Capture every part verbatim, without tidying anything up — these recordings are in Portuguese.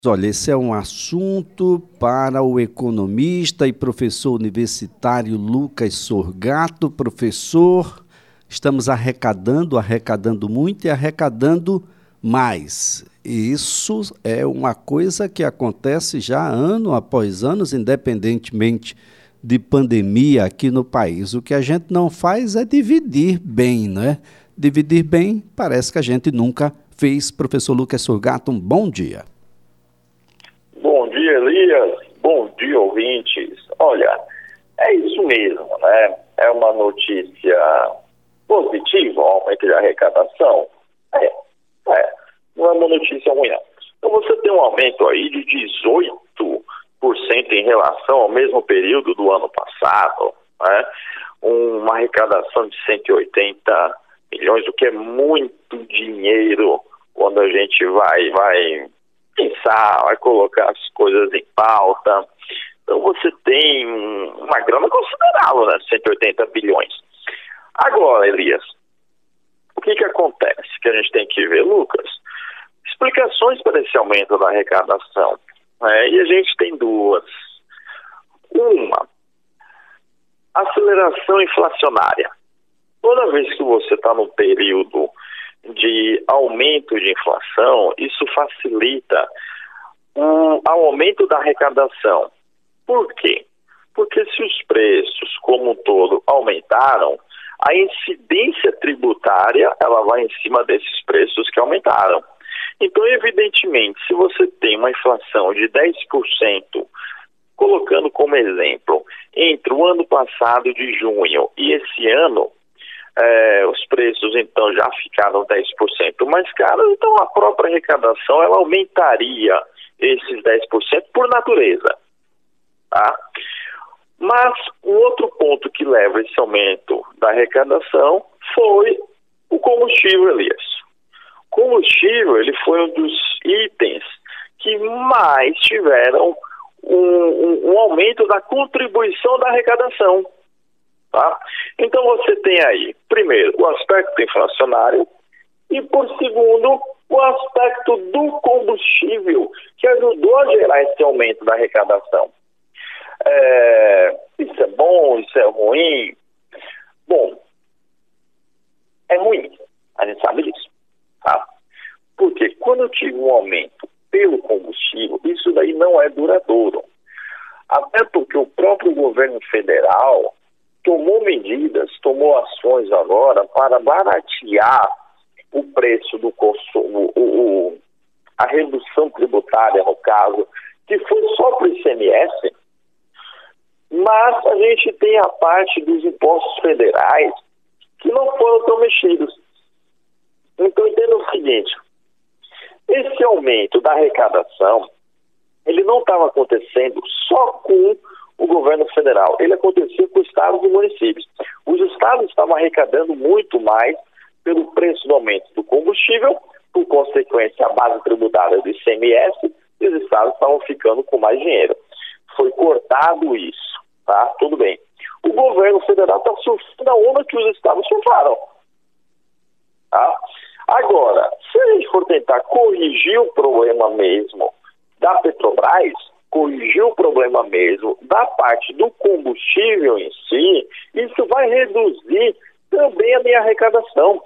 Olha, esse é um assunto para o economista e professor universitário Lucas Sorgato. Professor, estamos arrecadando, arrecadando muito e arrecadando mais. Isso é uma coisa que acontece já ano após ano, independentemente de pandemia aqui no país. O que a gente não faz é dividir bem, não é? Dividir bem parece que a gente nunca fez. Professor Lucas Sorgato, um bom dia. Bom dia, Elias. Bom dia, ouvintes. Olha, é isso mesmo, né? É uma notícia positiva, o aumento de arrecadação. É, é. Não é uma notícia ruim, não. Então você tem um aumento aí de dezoito por cento em relação ao mesmo período do ano passado, né? Uma arrecadação de cento e oitenta milhões, o que é muito dinheiro quando a gente vai, vai pensar, vai colocar as coisas em pauta. Então você tem uma grana considerável, né? cento e oitenta bilhões. Agora, Elias, o que que acontece? Que a gente tem que ver, Lucas, explicações para esse aumento da arrecadação. Né? E a gente tem duas. Uma, aceleração inflacionária. Toda vez que você está num período de aumento de inflação, isso facilita o aumento da arrecadação. Por quê? Porque se os preços como um todo aumentaram, a incidência tributária ela vai em cima desses preços que aumentaram. Então, evidentemente, se você tem uma inflação de dez por cento, colocando como exemplo, entre o ano passado de junho e esse ano, É, os preços então já ficaram dez por cento mais caros, então a própria arrecadação ela aumentaria esses dez por cento por natureza, tá? Mas um outro ponto que leva esse aumento da arrecadação foi o combustível, Elias. O combustível ele foi um dos itens que mais tiveram um, um, um aumento da contribuição da arrecadação. Tá? Então você tem aí, primeiro, o aspecto inflacionário e, por segundo, o aspecto do combustível, que ajudou a gerar esse aumento da arrecadação. É, isso é bom, isso é ruim? Bom, é ruim, a gente sabe disso. Tá? Porque quando eu tive um aumento pelo combustível, isso daí não é duradouro. Até porque o próprio governo federal tomou medidas, tomou ações agora para baratear o preço do consumo, o, o, a redução tributária, no caso, que foi só para o I C M S, mas a gente tem a parte dos impostos federais que não foram tão mexidos. Então, entenda o seguinte, esse aumento da arrecadação, ele não estava acontecendo só com o governo federal, ele acontecia com estados e municípios. Os estados estavam arrecadando muito mais pelo preço do aumento do combustível, por consequência, a base tributária do I C M S, e os estados estavam ficando com mais dinheiro. Foi cortado isso, tá? Tudo bem. O governo federal está surfando a onda que os estados surfaram. Tá? Agora, se a gente for tentar corrigir o problema mesmo da Petrobras, corrigir o problema mesmo da parte do combustível em si, isso vai reduzir também a minha arrecadação.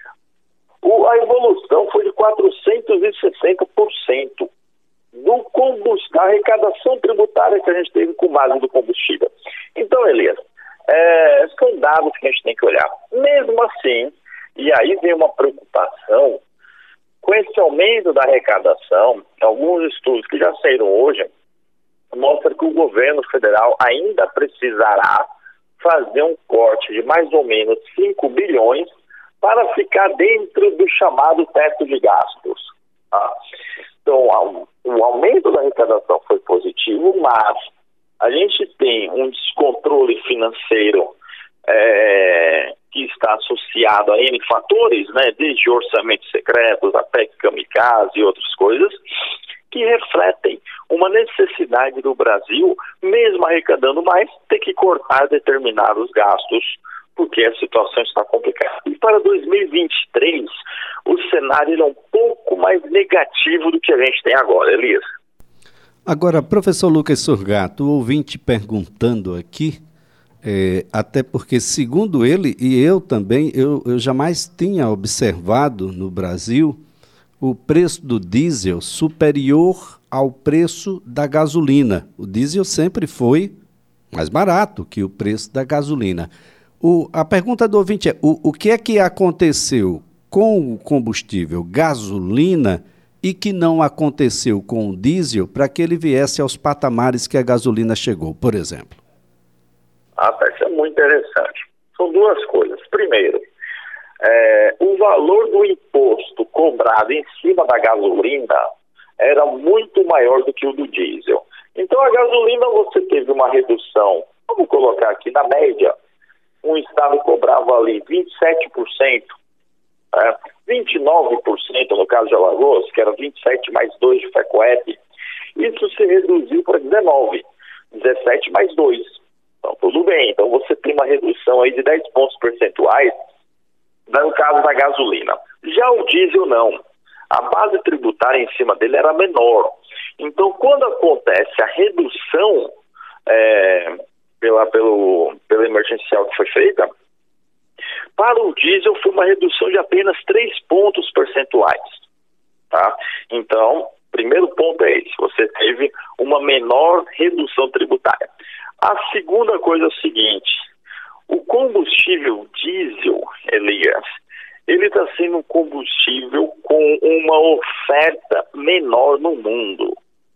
O, a evolução foi de quatrocentos e sessenta por cento do combust... da arrecadação tributária que a gente teve com base do combustível. Então, Elias, é, são dados que a gente tem que olhar. Mesmo assim, e aí vem uma preocupação, com esse aumento da arrecadação, alguns estudos que já saíram hoje, mostra que o governo federal ainda precisará fazer um corte de mais ou menos cinco bilhões para ficar dentro do chamado teto de gastos. Tá? Então, o aumento da arrecadação foi positivo, mas a gente tem um descontrole financeiro é, que está associado a N fatores, né, desde orçamentos secretos, a P E C Kamikaze e outras coisas, que refletem uma necessidade do Brasil, mesmo arrecadando mais, ter que cortar determinados gastos, porque a situação está complicada. E para dois mil e vinte e três, o cenário é um pouco mais negativo do que a gente tem agora, Elias. Agora, professor Lucas Sorgato, o ouvinte perguntando aqui, é, até porque, segundo ele, e eu também, eu, eu jamais tinha observado no Brasil o preço do diesel superior ao preço da gasolina. O diesel sempre foi mais barato que o preço da gasolina. O, a pergunta do ouvinte é, o, o que é que aconteceu com o combustível gasolina e que não aconteceu com o diesel para que ele viesse aos patamares que a gasolina chegou, por exemplo? Ah, tá, isso é muito interessante. São duas coisas. Primeiro, é, o valor do imposto cobrado em cima da gasolina era muito maior do que o do diesel. Então, a gasolina você teve uma redução, vamos colocar aqui na média, um estado cobrava ali vinte e sete por cento, né? vinte e nove por cento no caso de Alagoas, que era vinte e sete mais dois de FECOEP, isso se reduziu para dezenove, dezessete mais dois. Então, tudo bem. Então, você tem uma redução aí de dez pontos percentuais no caso da gasolina. Já o diesel, não. A base tributária em cima dele era menor. Então, quando acontece a redução é, pela, pelo, pela emergencial que foi feita, para o diesel foi uma redução de apenas três pontos percentuais. Tá? Então, primeiro ponto é esse, você teve uma menor redução tributária. A segunda coisa é o seguinte, o combustível diesel, Elias, ele está sendo um combustível com uma oferta menor no mundo.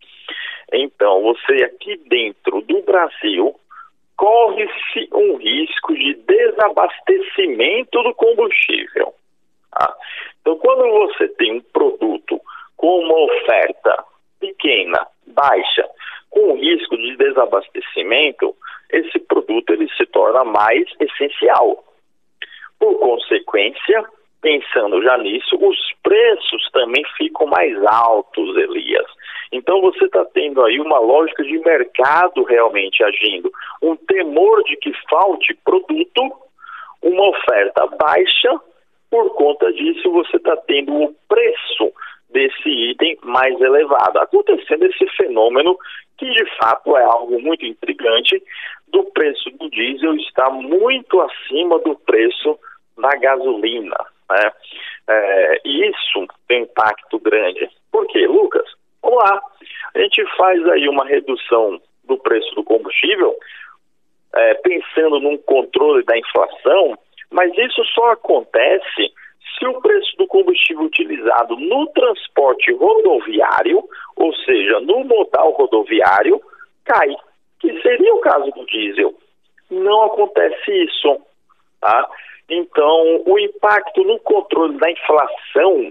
Então, você aqui dentro do Brasil, corre-se um risco de desabastecimento do combustível. Tá? Então, quando você tem um produto com uma oferta pequena, baixa, com risco de desabastecimento, esse produto ele se torna mais essencial. Por consequência, pensando já nisso, os preços também ficam mais altos, Elias. Então você está tendo aí uma lógica de mercado realmente agindo. Um temor de que falte produto, uma oferta baixa, por conta disso você está tendo o preço desse item mais elevado. Acontecendo esse fenômeno que de fato é algo muito intrigante, do preço do diesel está muito acima do preço da gasolina. Né? É, e isso tem impacto grande. Por quê, Lucas? Vamos lá. A gente faz aí uma redução do preço do combustível, é, pensando num controle da inflação, mas isso só acontece se o preço do combustível utilizado no transporte rodoviário, ou seja, no modal rodoviário, cai, que seria o caso do diesel. Não acontece isso. Tá? Então, o impacto no controle da inflação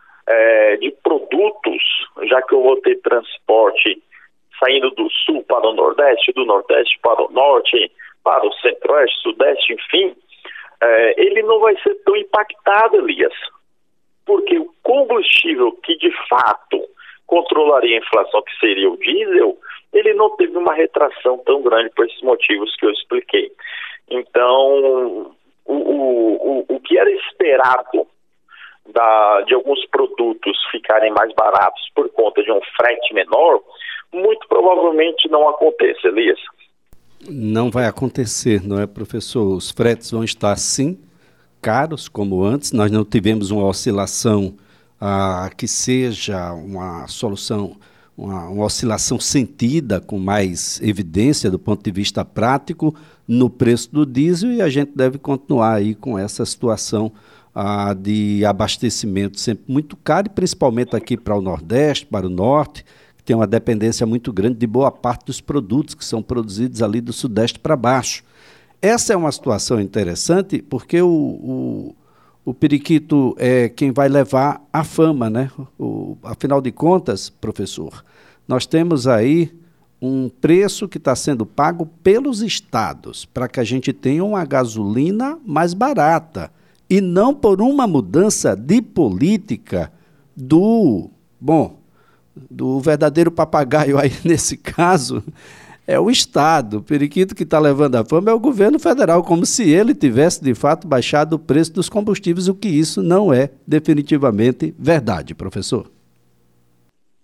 é, de produtos, já que eu vou ter transporte saindo do sul para o nordeste, do nordeste para o norte, para o centro-oeste, sudeste, enfim, é, ele não vai ser tão impactado, Elias, porque o combustível que de fato controlaria a inflação, que seria o diesel, ele não teve uma retração tão grande por esses motivos que eu expliquei. Então, o, o, o, o que era esperado da, de alguns produtos ficarem mais baratos por conta de um frete menor, muito provavelmente não aconteça, Elias. Não vai acontecer, não é, professor? Os fretes vão estar, sim, caros, como antes. Nós não tivemos uma oscilação ah, que seja uma solução, uma, uma oscilação sentida, com mais evidência do ponto de vista prático, no preço do diesel, e a gente deve continuar aí com essa situação ah, de abastecimento sempre muito caro, e principalmente aqui para o Nordeste, para o Norte, tem uma dependência muito grande de boa parte dos produtos que são produzidos ali do Sudeste para baixo. Essa é uma situação interessante porque o, o, o periquito é quem vai levar a fama, né? O, afinal de contas, professor, nós temos aí um preço que está sendo pago pelos estados para que a gente tenha uma gasolina mais barata e não por uma mudança de política do, bom, do verdadeiro papagaio aí nesse caso, é o Estado. O periquito que está levando a fama é o governo federal, como se ele tivesse, de fato, baixado o preço dos combustíveis, o que isso não é definitivamente verdade, professor. Exato.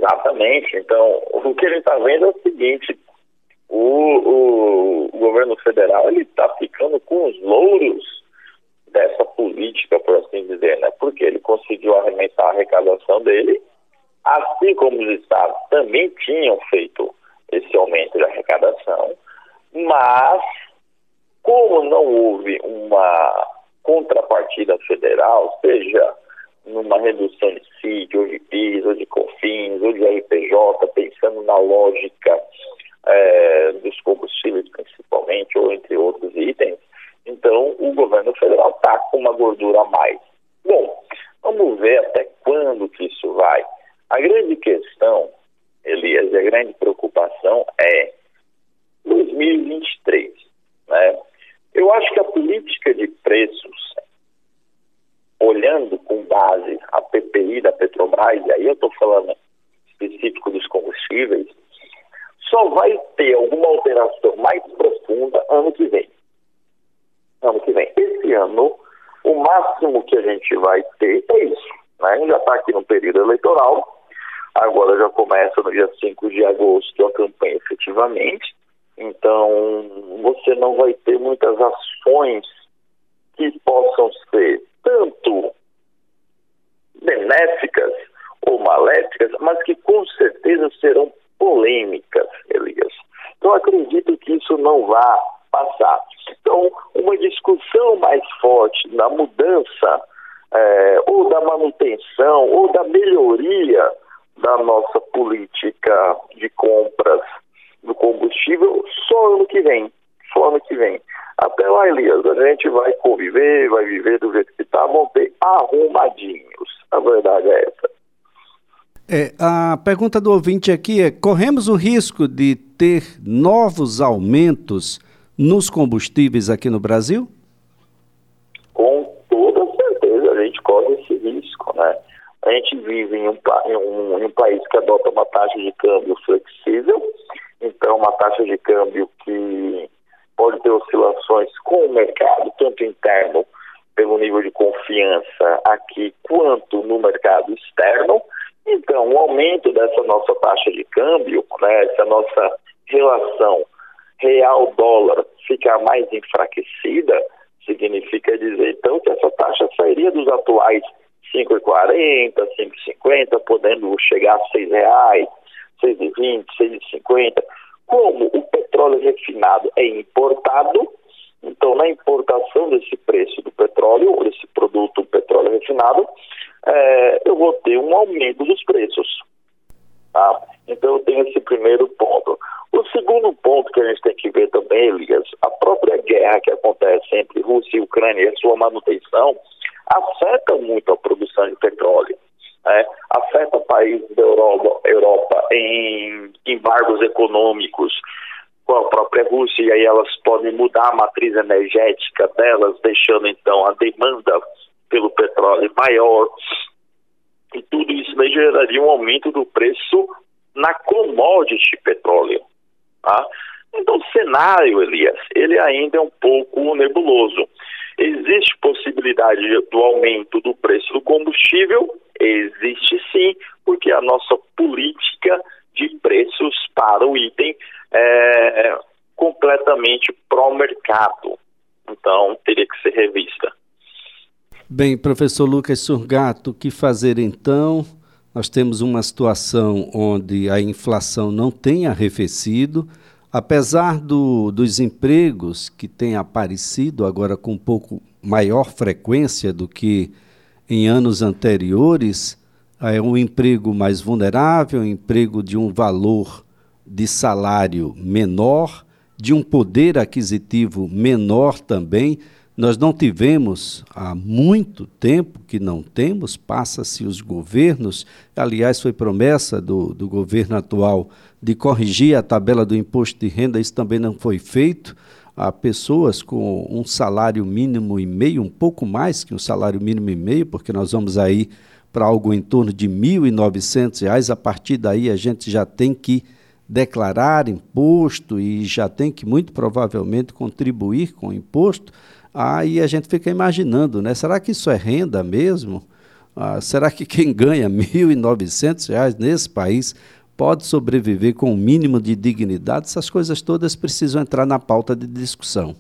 Exatamente. Então, o que ele está vendo é o seguinte, o, o, o governo federal ele está ficando com os louros dessa política, por assim dizer, né? Porque ele conseguiu aumentar a arrecadação dele, assim como os estados também tinham feito esse aumento de arrecadação, mas como não houve uma contrapartida federal, seja numa redução de C I D, ou de P I S, ou de COFINS, ou de R P J, pensando na lógica é, dos combustíveis principalmente, ou entre outros itens, então o governo federal está com uma gordura a mais. Bom, vamos ver até quando que isso vai. A grande questão, Elias, e a grande preocupação é dois mil e vinte e três, né? Eu acho que a política de preços, olhando com base a P P I da Petrobras, e aí eu estou falando específico dos combustíveis, só vai ter alguma alteração mais profunda ano que vem. Ano que vem. Esse ano, o máximo que a gente vai ter é isso, né? Já está aqui no período eleitoral, agora já começa no dia cinco de agosto a campanha efetivamente, então você não vai ter muitas ações que possam ser tanto benéficas ou maléficas, mas que com certeza serão polêmicas, Elias. Então acredito que isso não vai passar. Então, uma discussão mais forte da mudança é, ou da manutenção ou da melhoria da nossa política de compras do combustível só ano que vem. Só ano que vem. Até lá, Elias, a gente vai conviver, vai viver do jeito que está, vão ter arrumadinhos. A verdade é essa. É, a pergunta do ouvinte aqui é: corremos o risco de ter novos aumentos nos combustíveis aqui no Brasil? Com toda certeza a gente corre esse risco, né? A gente vive em um, em um, em um país que adota uma taxa de câmbio flexível, então uma taxa de câmbio que pode ter oscilações com o mercado, tanto interno, pelo nível de confiança aqui, quanto no mercado externo. Então, o aumento dessa nossa taxa de câmbio, né, essa nossa relação real-dólar ficar mais enfraquecida, significa dizer, então, que essa taxa sairia dos atuais cinco reais e quarenta centavos, cinco reais e cinquenta centavos, podendo chegar a seis reais, seis reais e vinte centavos, seis reais e cinquenta centavos. Como o petróleo refinado é importado, então na importação desse preço do petróleo, desse produto petróleo refinado, é, eu vou ter um aumento dos preços. Tá? Então eu tenho esse primeiro ponto. O segundo ponto que a gente tem que ver também, Elias, a própria guerra que acontece entre Rússia e Ucrânia e a sua manutenção afeta muito a produção de petróleo. Né? Afeta países da Europa, Europa em embargos econômicos com a própria Rússia, e aí elas podem mudar a matriz energética delas, deixando então a demanda pelo petróleo maior, e tudo isso daí geraria um aumento do preço na commodity petróleo. Tá? Então o cenário, Elias, ele ainda é um pouco nebuloso. Existe possibilidade do aumento do preço do combustível? Existe sim, porque a nossa política de preços para o item é completamente pró-mercado. Então, teria que ser revista. Bem, professor Lucas Sorgato, o que fazer então? Nós temos uma situação onde a inflação não tem arrefecido, apesar do, dos empregos que têm aparecido agora com um pouco maior frequência do que em anos anteriores, é um emprego mais vulnerável, um emprego de um valor de salário menor, de um poder aquisitivo menor também. Nós não tivemos há muito tempo que não temos, passa-se os governos, aliás foi promessa do, do governo atual de corrigir a tabela do imposto de renda, isso também não foi feito. Há pessoas com um salário mínimo e meio, um pouco mais que um salário mínimo e meio, porque nós vamos aí para algo em torno de mil e novecentos reais, a partir daí a gente já tem que declarar imposto e já tem que muito provavelmente contribuir com o imposto. Aí a gente fica imaginando, né? Será que isso é renda mesmo? Ah, será que quem ganha mil e novecentos reais nesse país pode sobreviver com o um mínimo de dignidade? Essas coisas todas precisam entrar na pauta de discussão.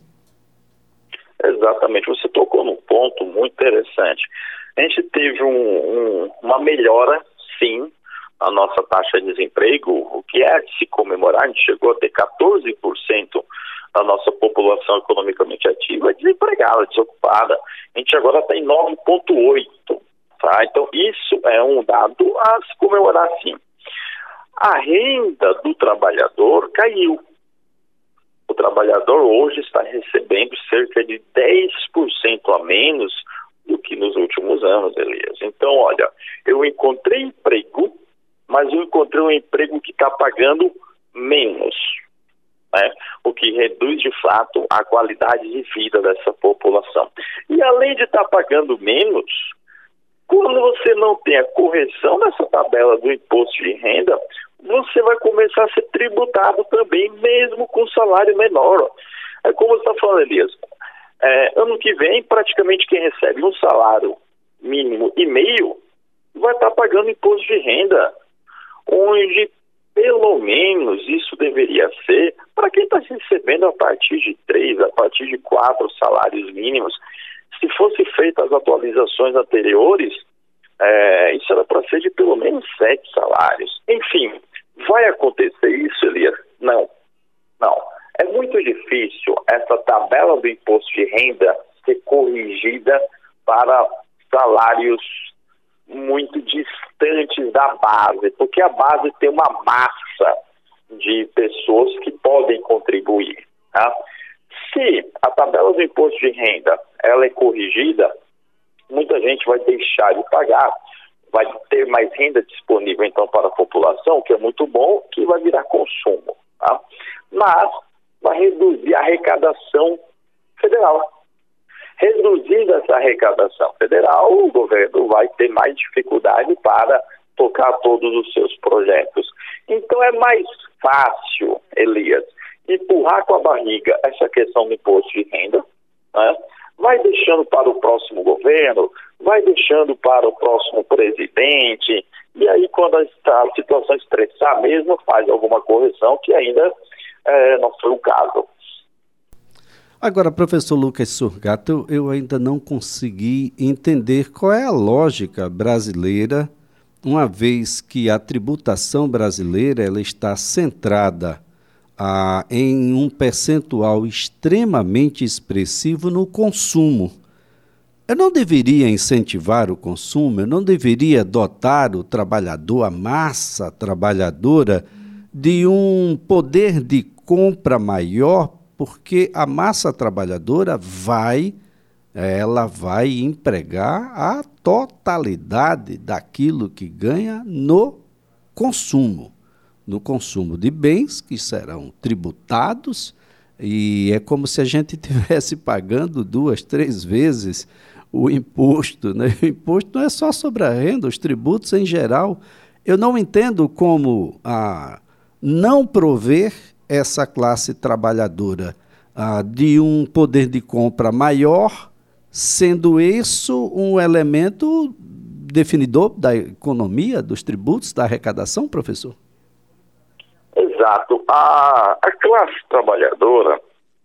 Exatamente, você tocou num ponto muito interessante. A gente teve um, um, uma melhora, sim, na nossa taxa de desemprego, o que é de se comemorar. A gente chegou a ter quatorze por cento da nossa população economicamente ativa desempregada, desocupada. A gente agora está em nove vírgula oito por cento. Tá? Então, isso é um dado a se comemorar, sim. A renda do trabalhador caiu. O trabalhador hoje está recebendo cerca de dez por cento a menos do que nos últimos anos, Elias. Então, olha, eu encontrei emprego, mas eu encontrei um emprego que está pagando menos, né? O que reduz, de fato, a qualidade de vida dessa população. E além de estar pagando menos, quando você não tem a correção dessa tabela do imposto de renda, você vai começar a ser tributado também, mesmo com salário menor. É como você está falando, Elias. É, ano que vem, praticamente quem recebe um salário mínimo e meio vai estar pagando imposto de renda, onde pelo menos isso deveria ser para quem está recebendo a partir de três, a partir de quatro salários mínimos. Se fosse feitas as atualizações anteriores, é, isso era para ser de pelo menos sete salários. Enfim, vai acontecer isso, Elias? Não, não. É muito difícil essa tabela do imposto de renda ser corrigida para salários muito distantes da base, porque a base tem uma massa de pessoas que podem contribuir. Tá? Se a tabela do imposto de renda ela é corrigida, muita gente vai deixar de pagar, vai ter mais renda disponível então para a população, que é muito bom, que vai virar consumo. Tá? Mas vai reduzir a arrecadação federal. Reduzindo essa arrecadação federal, o governo vai ter mais dificuldade para tocar todos os seus projetos. Então é mais fácil, Elias, empurrar com a barriga essa questão do imposto de renda, né? Vai deixando para o próximo governo, vai deixando para o próximo presidente, e aí quando a situação estressar mesmo, faz alguma correção, que ainda é, não foi o caso. Agora, professor Lucas Sorgato, eu ainda não consegui entender qual é a lógica brasileira, uma vez que a tributação brasileira ela está centrada ah, em um percentual extremamente expressivo no consumo. Eu não deveria incentivar o consumo, eu não deveria dotar o trabalhador, a massa trabalhadora, de um poder de compra maior, porque a massa trabalhadora vai, ela vai empregar a totalidade daquilo que ganha no consumo, no consumo de bens que serão tributados, e é como se a gente estivesse pagando duas, três vezes o imposto, né? O imposto não é só sobre a renda, os tributos em geral. Eu não entendo como a não prover essa classe trabalhadora ah, de um poder de compra maior, sendo isso um elemento definidor da economia, dos tributos, da arrecadação, professor? Exato. A, a classe trabalhadora,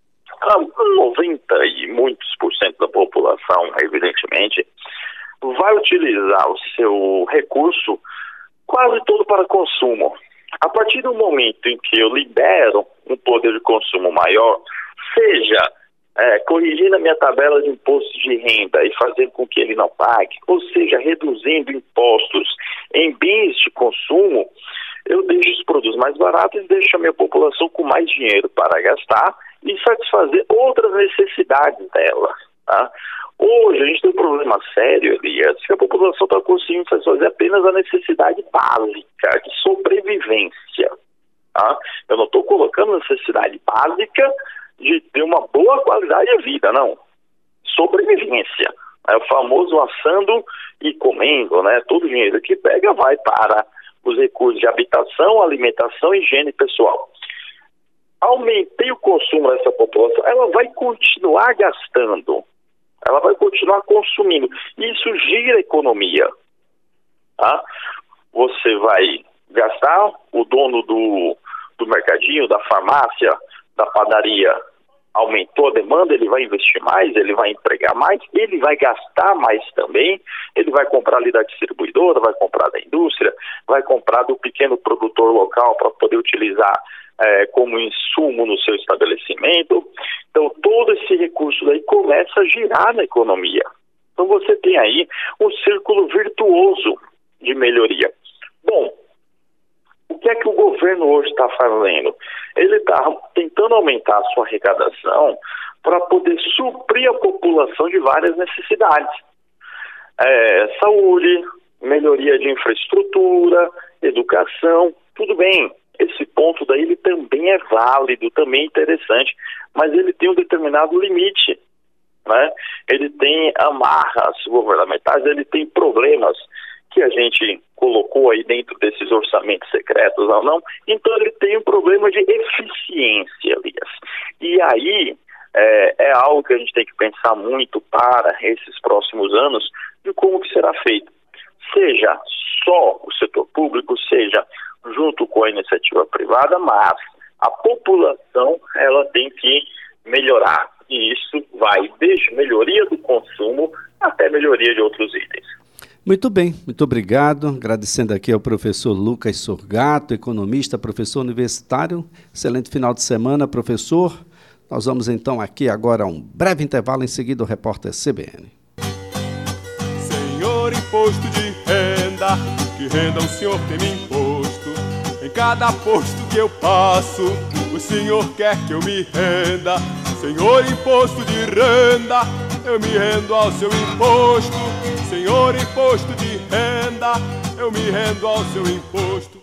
noventa e muitos por cento da população, evidentemente, vai utilizar o seu recurso quase todo para consumo. A partir do momento em que eu libero um poder de consumo maior, seja é, corrigindo a minha tabela de imposto de renda e fazendo com que ele não pague, ou seja, reduzindo impostos em bens de consumo, eu deixo os produtos mais baratos e deixo a minha população com mais dinheiro para gastar e satisfazer outras necessidades dela. Tá? Hoje a gente tem um problema sério, Elias, que a população está conseguindo satisfazer apenas a necessidade básica de sobrevivência. Tá? Eu não estou colocando a necessidade básica de ter uma boa qualidade de vida, não. Sobrevivência. É o famoso assando e comendo, né? Todo o dinheiro que pega vai para os recursos de habitação, alimentação e higiene pessoal. Aumentei o consumo dessa população, ela vai continuar gastando. ela vai continuar consumindo. Isso gira a economia. Tá? Você vai gastar, o dono do, do mercadinho, da farmácia, da padaria, aumentou a demanda, ele vai investir mais, ele vai empregar mais, ele vai gastar mais também, ele vai comprar ali da distribuidora, vai comprar da indústria, vai comprar do pequeno produtor local para poder utilizar é, como insumo no seu estabelecimento. Então, todo esse recurso daí começa a girar na economia. Então, você tem aí um círculo virtuoso de melhoria. Bom, o que é que o governo hoje está fazendo? Ele está tentando aumentar a sua arrecadação para poder suprir a população de várias necessidades. É, saúde, melhoria de infraestrutura, educação, tudo bem. Esse ponto daí ele também é válido, também é interessante, mas ele tem um determinado limite, né? Ele tem amarras governamentais, ele tem problemas que a gente colocou aí dentro desses orçamentos secretos ou não, então ele tem um problema de eficiência, Elias. E aí é, é algo que a gente tem que pensar muito para esses próximos anos de como que será feito. Seja só o setor público, seja junto com a iniciativa privada, mas a população ela tem que melhorar. E isso vai desde melhoria do consumo até melhoria de outros itens. Muito bem, muito obrigado. Agradecendo aqui ao professor Lucas Sorgato, economista, professor universitário. Excelente final de semana, professor. Nós vamos então aqui agora a um breve intervalo, em seguida o repórter C B N. Senhor imposto de renda, que renda o senhor tem me imposto. Em cada posto que eu passo, o senhor quer que eu me renda. Senhor imposto de renda, eu me rendo ao seu imposto. Senhor imposto de renda, eu me rendo ao seu imposto.